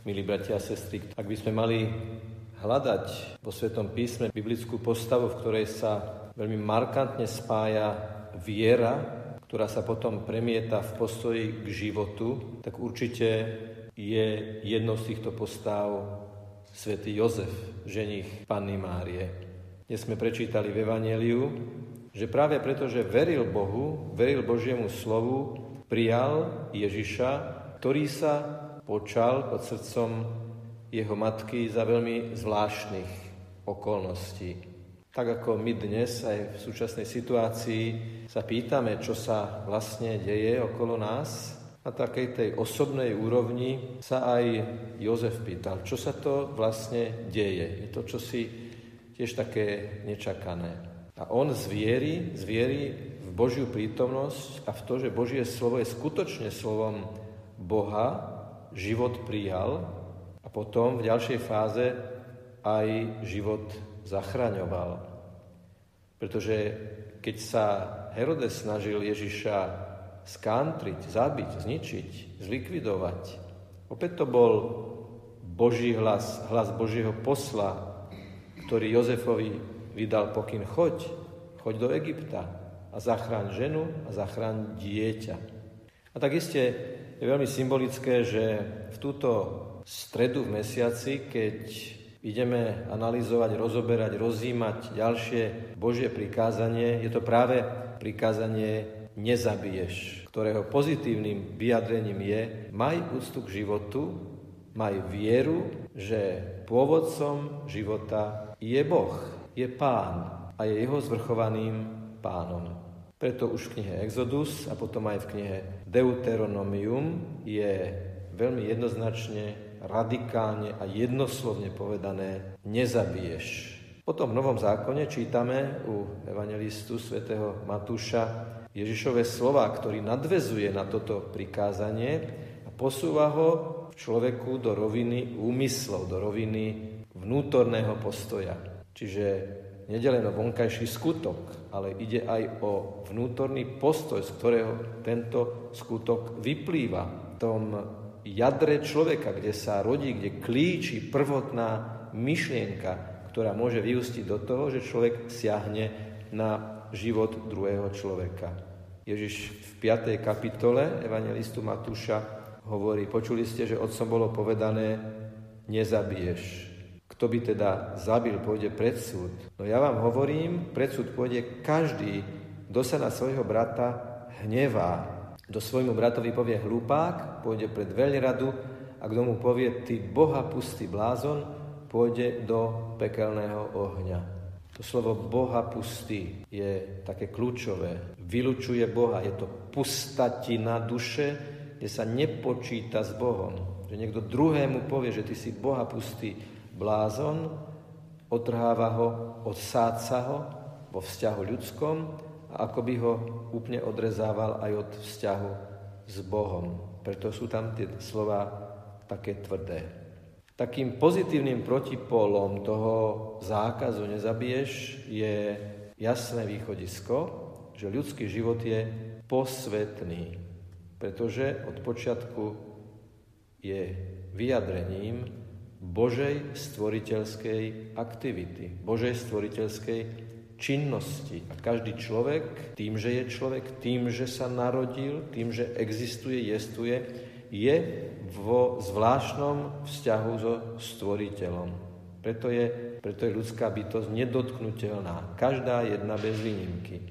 Milí bratia a sestry, ak by sme mali hľadať vo Svätom písme biblickú postavu, v ktorej sa veľmi markantne spája viera, ktorá sa potom premieta v postoji k životu, tak určite je jednou z týchto postav svätý Jozef, ženích Panny Márie. Dnes sme prečítali v Evanjeliu, že práve preto, že veril Bohu, veril Božiemu slovu, prijal Ježiša, ktorý sa počal pod srdcom jeho matky za veľmi zvláštnych okolností. Tak ako my dnes aj v súčasnej situácii sa pýtame, čo sa vlastne deje okolo nás, na takej tej osobnej úrovni sa aj Jozef pýtal, čo sa to vlastne deje. Je to čosi tiež také nečakané. A on z viery v Božiu prítomnosť a v to, že Božie slovo je skutočne slovom Boha, život prijal a potom v ďalšej fáze aj život zachraňoval. Pretože keď sa Herodes snažil Ježiša skántriť, zabiť, zničiť, zlikvidovať, opäť to bol Boží hlas Božieho posla, ktorý Jozefovi vydal pokyn, choď do Egypta a zachráň ženu a zachráň dieťa. A tak iste je veľmi symbolické, že v túto stredu v mesiaci, keď ideme analyzovať, rozoberať, rozjímať ďalšie Božie prikázanie, je to práve prikázanie nezabiješ, ktorého pozitívnym vyjadrením je maj úctu k životu, maj vieru, že pôvodcom života je Boh, je Pán a je jeho zvrchovaným pánom. Preto už v knihe Exodus a potom aj v knihe Deuteronomium je veľmi jednoznačne, radikálne a jednoslovne povedané nezabiješ. Potom v Novom zákone čítame u evangelistu svätého Matúša Ježišove slova, ktorý nadväzuje na toto prikázanie a posúva ho v človeku do roviny úmyslov, do roviny vnútorného postoja. Čiže nede len o vonkajší skutok, ale ide aj o vnútorný postoj, z ktorého tento skutok vyplýva. V tom jadre človeka, kde sa rodí, kde klíči prvotná myšlienka, ktorá môže vyústiť do toho, že človek siahne na život druhého človeka. Ježiš v 5. kapitole evangelistu Matúša hovorí, počuli ste, že otcom bolo povedané, nezabiješ. Kto by teda zabil, pôjde pred súd. No ja vám hovorím, pred súd pôjde každý, kto sa na svojho brata hnevá. Kto svojmu bratovi povie hlupák, pôjde pred veľradu a kto mu povie ty Boha pustý blázon, pôjde do pekelného ohňa. To slovo Boha pustý je také kľúčové. Vylučuje Boha. Je to pustatina duše, kde sa nepočíta s Bohom. Že niekto druhému povie, že ty si Boha pustý blázon, odtrháva ho, odsáca ho vo vzťahu ľudskom a ako by ho úplne odrezával aj od vzťahu s Bohom. Preto sú tam tie slova také tvrdé. Takým pozitívnym protipólom toho zákazu nezabiješ je jasné východisko, že ľudský život je posvätný, pretože od počiatku je vyjadrením Božej stvoriteľskej aktivity, Božej stvoriteľskej činnosti. A každý človek, tým, že je človek, tým, že sa narodil, tým, že existuje, jestuje, je vo zvláštnom vzťahu so stvoriteľom. Preto je ľudská bytosť nedotknuteľná, každá jedna bez výnimky.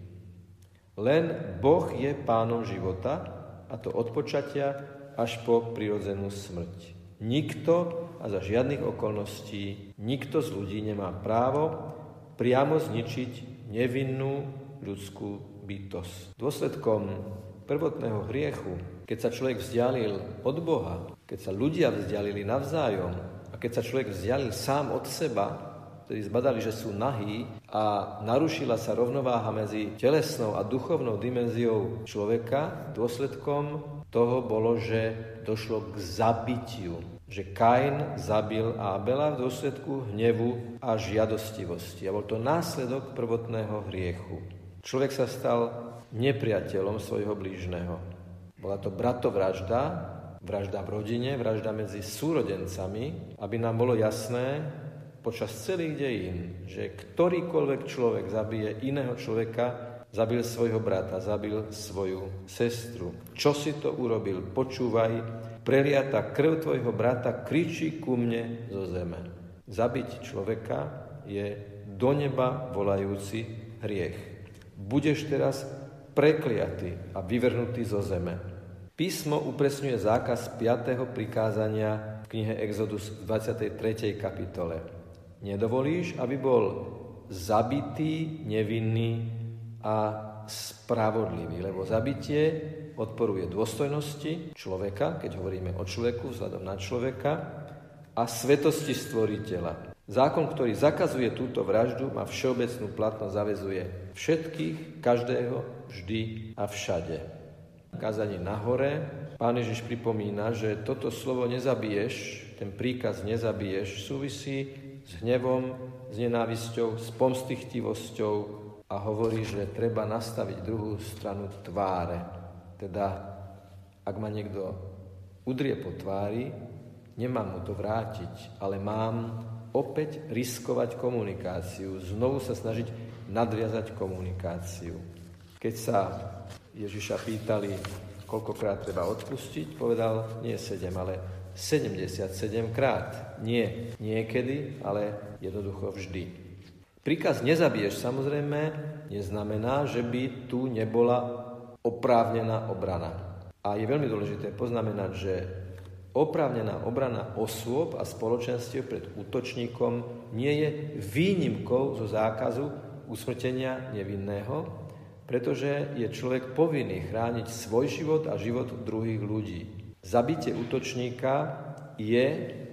Len Boh je pánom života, a to od počatia až po prirodzenú smrť. Nikto a za žiadnych okolností, nikto z ľudí nemá právo priamo zničiť nevinnú ľudskú bytosť. Dôsledkom prvotného hriechu, keď sa človek vzdialil od Boha, keď sa ľudia vzdialili navzájom a keď sa človek vzdialil sám od seba, ktorí zbadali, že sú nahí a narušila sa rovnováha medzi telesnou a duchovnou dimenziou človeka, dôsledkom toho bolo, že došlo k zabitiu. Že Kain zabil Ábela v dôsledku hnevu a žiadostivosti. A bol to následok prvotného hriechu. Človek sa stal nepriateľom svojho blížneho. Bola to bratovražda vražda v rodine, vražda medzi súrodencami, aby nám bolo jasné počas celých dejín, že ktorýkoľvek človek zabije iného človeka, zabil svojho brata, zabil svoju sestru. Čo si to urobil? Počúvaj, preliata krv tvojho brata kričí ku mne zo zeme. Zabiť človeka je do neba volajúci hriech. Budeš teraz prekliatý a vyvrhnutý zo zeme. Písmo upresňuje zákaz 5. prikázania v knihe Exodus v 23. kapitole. Nedovolíš, aby bol zabitý, nevinný a spravodlivý, lebo zabitie odporuje dôstojnosti človeka, keď hovoríme o človeku, vzhľadom na človeka, a svetosti stvoriteľa. Zákon, ktorý zakazuje túto vraždu, má všeobecnú platnosť, zaväzuje všetkých, každého, vždy a všade. V kázaní na hore Pán Ježiš pripomína, že toto slovo nezabiješ, ten príkaz nezabiješ, súvisí s hnevom, s nenávisťou, s pomstychtivosťou a hovorí, že treba nastaviť druhú stranu tváre. Teda, ak ma niekto udrie po tvári, nemám mu to vrátiť, ale mám opäť riskovať komunikáciu, znovu sa snažiť nadviazať komunikáciu. Keď sa Ježiša pýtali, koľkokrát treba odpustiť, povedal nie 7, ale 77 krát. Nie niekedy, ale jednoducho vždy. Príkaz nezabiješ samozrejme neznamená, že by tu nebola oprávnená obrana. A je veľmi dôležité poznamenať, že oprávnená obrana osôb a spoločenstiev pred útočníkom nie je výnimkou zo zákazu usmrtenia nevinného, pretože je človek povinný chrániť svoj život a život druhých ľudí. Zabitie útočníka je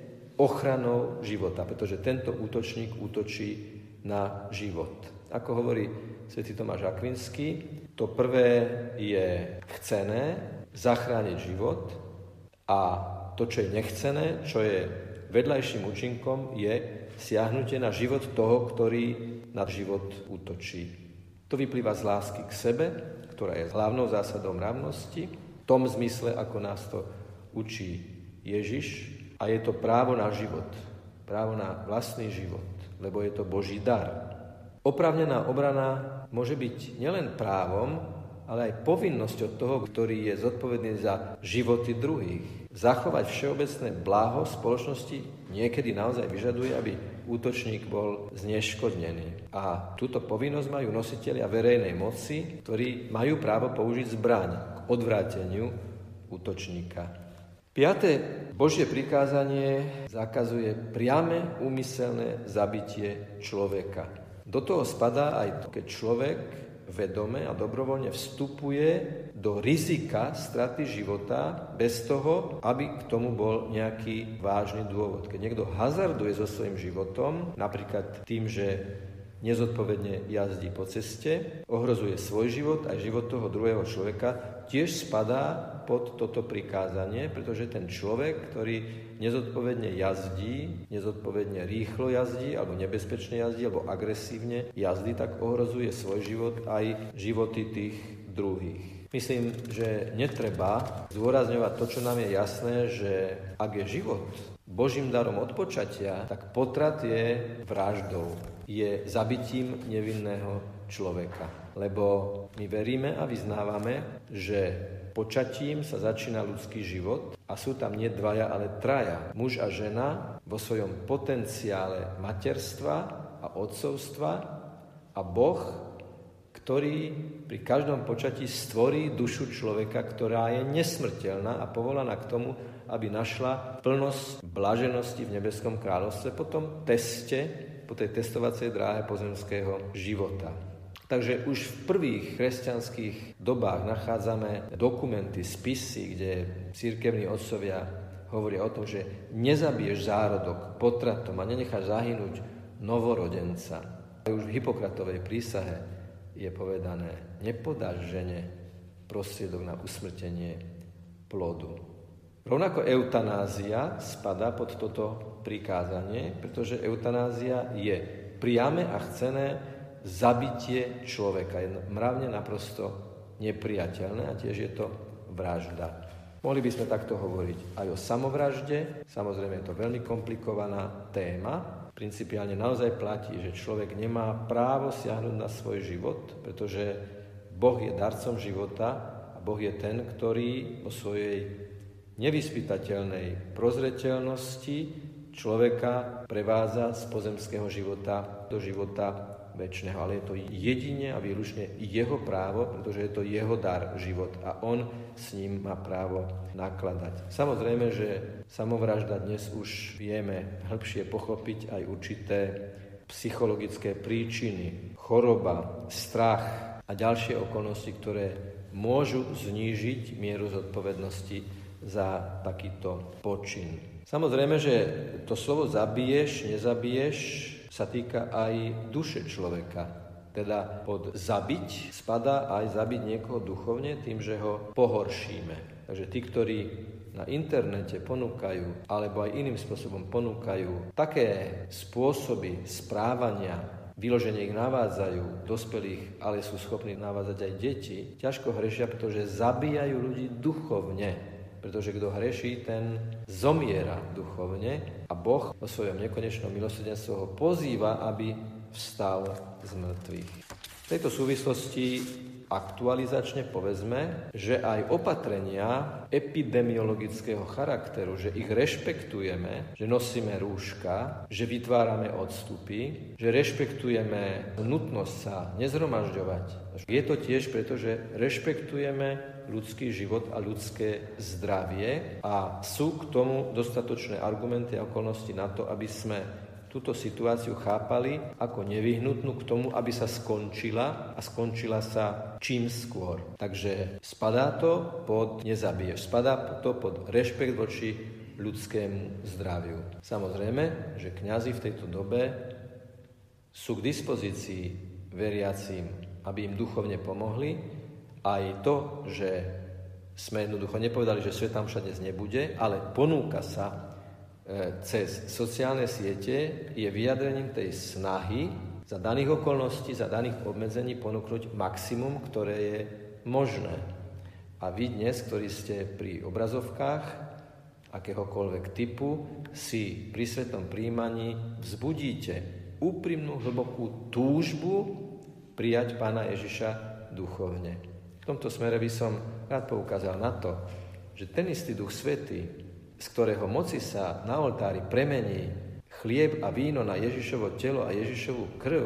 ochranou života, pretože tento útočník útočí na život. Ako hovorí svätý Tomáš Akvinský, to prvé je chcené zachrániť život a to, čo je nechcené, čo je vedľajším účinkom, je siahnutie na život toho, ktorý na život útočí. To vyplýva z lásky k sebe, ktorá je hlavnou zásadou mravnosti, v tom zmysle, ako nás to učí Ježiš, a je to právo na život, právo na vlastný život, lebo je to Boží dar. Oprávnená obrana môže byť nielen právom, ale aj povinnosťou toho, ktorý je zodpovedný za životy druhých. Zachovať všeobecné blaho spoločnosti niekedy naozaj vyžaduje, aby útočník bol zneškodnený. A túto povinnosť majú nositelia verejnej moci, ktorí majú právo použiť zbraň k odvráteniu útočníka. 5. Božie prikázanie zakazuje priame úmyselné zabitie človeka. Do toho spadá aj to, keď človek vedome a dobrovoľne vstupuje do rizika straty života bez toho, aby k tomu bol nejaký vážny dôvod. Keď niekto hazarduje so svojím životom, napríklad tým, že nezodpovedne jazdí po ceste, ohrozuje svoj život aj život toho druhého človeka, tiež spadá pod toto prikázanie, pretože ten človek, ktorý nezodpovedne jazdí, nezodpovedne rýchlo jazdí, alebo nebezpečne jazdí, alebo agresívne jazdí, tak ohrozuje svoj život aj životy tých druhých. Myslím, že netreba zdôrazňovať to, čo nám je jasné, že ak je život Božím darom od počatia, tak potrat je vraždou, je zabitím nevinného človeka. Lebo my veríme a vyznávame, že počatím sa začína ľudský život a sú tam nie dvaja, ale traja. Muž a žena vo svojom potenciále materstva a otcovstva a Boh, ktorý pri každom počatí stvorí dušu človeka, ktorá je nesmrteľná a povolaná k tomu, aby našla plnosť blaženosti v nebeskom kráľovstve po tom teste, po tej testovacej dráhe pozemského života. Takže už v prvých kresťanských dobách nachádzame dokumenty, spisy, kde cirkevní otcovia hovoria o tom, že nezabiješ zárodok potratom a nenecháš zahynúť novorodenca. Už v Hipokratovej prísahe je povedané, nepodáš žene prostriedok na usmrtenie plodu. Rovnako eutanázia spadá pod toto prikázanie, pretože eutanázia je priame a chcené zabitie človeka. Je mravne naprosto nepriateľné a tiež je to vražda. Mohli by sme takto hovoriť aj o samovražde. Samozrejme je to veľmi komplikovaná téma. Principiálne naozaj platí, že človek nemá právo siahnuť na svoj život, pretože Boh je darcom života a Boh je ten, ktorý o svojej nevyspytateľnej prozreteľnosti človeka prevádza z pozemského života do života večného, ale je to jedine a výlučne jeho právo, pretože je to jeho dar, život a on s ním má právo nakladať. Samozrejme, že samovražda dnes už vieme hĺbšie pochopiť aj určité psychologické príčiny, choroba, strach a ďalšie okolnosti, ktoré môžu znížiť mieru zodpovednosti za takýto počin. Samozrejme, že to slovo zabiješ, nezabiješ sa týka aj duše človeka. Teda pod zabiť spadá aj zabiť niekoho duchovne tým, že ho pohoršíme. Takže tí, ktorí na internete ponúkajú, alebo aj iným spôsobom ponúkajú také spôsoby správania, vyloženie ich navádzajú dospelých, ale sú schopní navádzať aj deti, ťažko hrešia, pretože zabíjajú ľudí duchovne. Pretože kto hreší, ten zomiera duchovne a Boh vo svojom nekonečnom milosrdenstve ho pozýva, aby vstal z mŕtvych. V tejto súvislosti aktualizačne povedzme, že aj opatrenia epidemiologického charakteru, že ich rešpektujeme, že nosíme rúška, že vytvárame odstupy, že rešpektujeme nutnosť sa nezhromažďovať. Je to tiež preto, že rešpektujeme ľudský život a ľudské zdravie a sú k tomu dostatočné argumenty a okolnosti na to, aby sme túto situáciu chápali ako nevyhnutnú k tomu, aby sa skončila a skončila sa čím skôr. Takže spadá to pod nezabiješ, spadá to pod rešpekt voči ľudskému zdraviu. Samozrejme, že kňazi v tejto dobe sú k dispozícii veriacím, aby im duchovne pomohli. Aj to, že sme jednoducho nepovedali, že svätá omša dnes nebude, ale ponúka sa cez sociálne siete, je vyjadrením tej snahy za daných okolností, za daných obmedzení ponúknuť maximum, ktoré je možné. A vy dnes, ktorí ste pri obrazovkách akéhokoľvek typu, si pri svätom prijímaní vzbudíte úprimnú, hlbokú túžbu prijať Pána Ježiša duchovne. V tomto smere by som rád poukázal na to, že ten istý Duch Svätý, z ktorého moci sa na oltári premení chlieb a víno na Ježišovo telo a Ježišovu krv,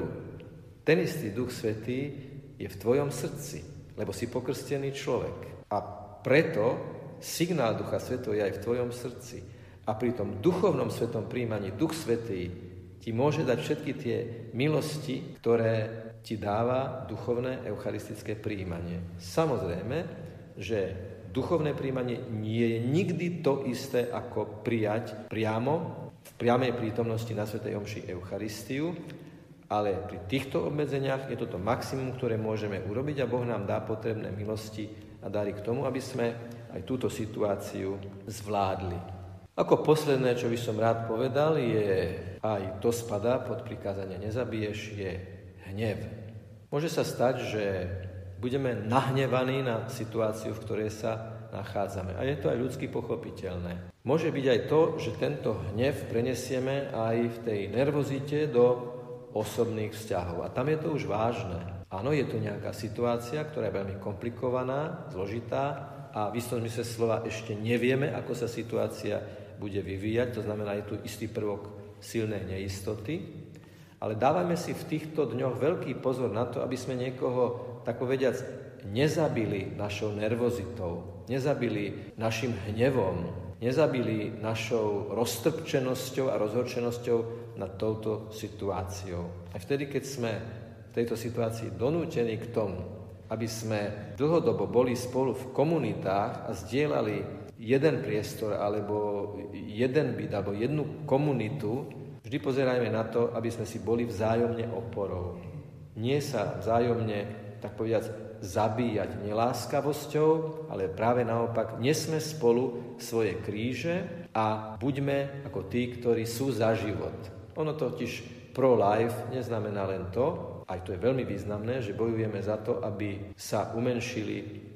ten istý Duch Svätý je v tvojom srdci, lebo si pokrstený človek. A preto signál Ducha Svätého je aj v tvojom srdci. A pri tom duchovnom svetom príjmaní Duch Svätý ti môže dať všetky tie milosti, ktoré ti dáva duchovné eucharistické prijímanie. Samozrejme, že duchovné prijímanie nie je nikdy to isté, ako prijať priamo v priamej prítomnosti na svätej omši Eucharistiu, ale pri týchto obmedzeniach je toto maximum, ktoré môžeme urobiť a Boh nám dá potrebné milosti a dary k tomu, aby sme aj túto situáciu zvládli. Ako posledné, čo by som rád povedal, je aj to spadá pod prikázanie nezabiješ, je hnev. Môže sa stať, že budeme nahnevaní na situáciu, v ktorej sa nachádzame. A je to aj ľudsky pochopiteľné. Môže byť aj to, že tento hnev prenesieme aj v tej nervozite do osobných vzťahov. A tam je to už vážne. Áno, je tu nejaká situácia, ktorá je veľmi komplikovaná, zložitá a v istom zmysle slova ešte nevieme, ako sa situácia bude vyvíjať. To znamená, je tu istý prvok silnej neistoty. Ale dávame si v týchto dňoch veľký pozor na to, aby sme niekoho, tak povediac, nezabili našou nervozitou, nezabili našim hnevom, nezabili našou roztrpčenosťou a rozhorčenosťou nad touto situáciou. A vtedy, keď sme v tejto situácii donútení k tomu, aby sme dlhodobo boli spolu v komunitách a zdieľali jeden priestor alebo jeden byt alebo jednu komunitu, vždy pozerajme na to, aby sme si boli vzájomne oporou. Nie sa vzájomne, tak povedať, zabíjať neláskavosťou, ale práve naopak nesme spolu svoje kríže a buďme ako tí, ktorí sú za život. Ono totiž pro-life neznamená len to, aj to je veľmi významné, že bojujeme za to, aby sa umenšili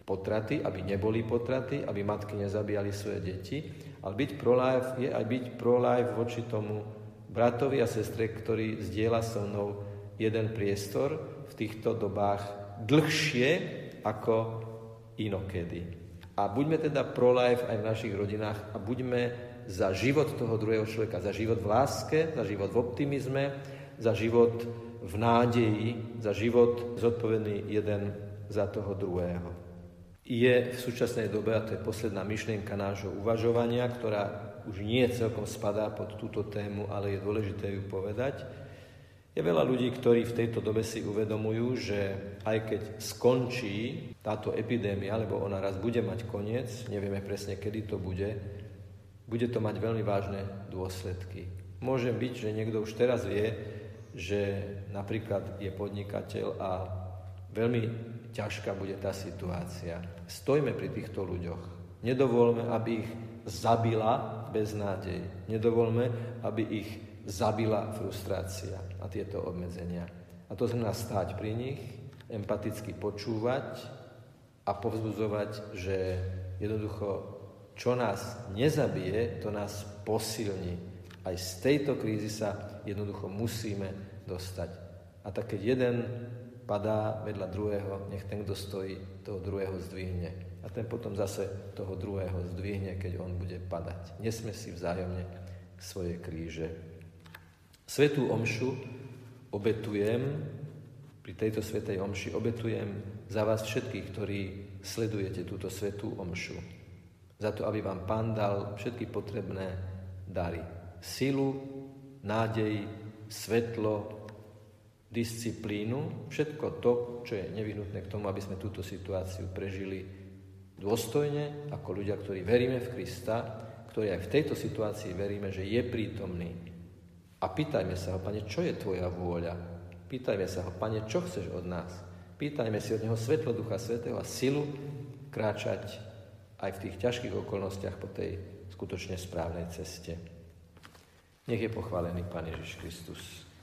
potraty, aby neboli potraty, aby matky nezabíjali svoje deti, ale byť pro-life je aj byť pro-life voči tomu bratovi a sestre, ktorý zdieľa so mnou jeden priestor v týchto dobách dlhšie ako inokedy. A buďme teda pro-life aj v našich rodinách a buďme za život toho druhého človeka, za život v láske, za život v optimizme, za život v nádeji, za život zodpovedný jeden za toho druhého. Je v súčasnej dobe, a to je posledná myšlienka nášho uvažovania, ktorá už nie celkom spadá pod túto tému, ale je dôležité ju povedať. Je veľa ľudí, ktorí v tejto dobe si uvedomujú, že aj keď skončí táto epidémia, lebo ona raz bude mať koniec, nevieme presne, kedy to bude to mať veľmi vážne dôsledky. Môže byť, že niekto už teraz vie, že napríklad je podnikateľ a veľmi ťažká bude tá situácia. Stojme pri týchto ľuďoch. Nedovolme, aby ich zabila beznádej. Nedovolme, aby ich zabila frustrácia a tieto obmedzenia. A to znamená stáť pri nich, empaticky počúvať a povzbudzovať, že jednoducho, čo nás nezabije, to nás posilní. Aj z tejto krízy sa jednoducho musíme dostať. A tak keď jeden padá vedľa druhého, nech ten, kto stojí, toho druhého zdvihne. A ten potom zase toho druhého zdvihne, keď on bude padať. Nesme si vzájomne svoje kríže. Svätú omšu obetujem, pri tejto svätej omši obetujem za vás všetkých, ktorí sledujete túto svätú omšu. Za to, aby vám Pán dal všetky potrebné dary. Silu, nádej, svetlo, disciplínu, všetko to, čo je nevyhnutné k tomu, aby sme túto situáciu prežili dôstojne, ako ľudia, ktorí veríme v Krista, ktorí aj v tejto situácii veríme, že je prítomný. A pýtajme sa ho, Pane, čo je tvoja vôľa? Pýtajme sa ho, Pane, čo chceš od nás? Pýtajme si od neho svetlo Ducha Svätého a silu kráčať aj v tých ťažkých okolnostiach po tej skutočne správnej ceste. Nech je pochválený Pán Ježiš Kristus.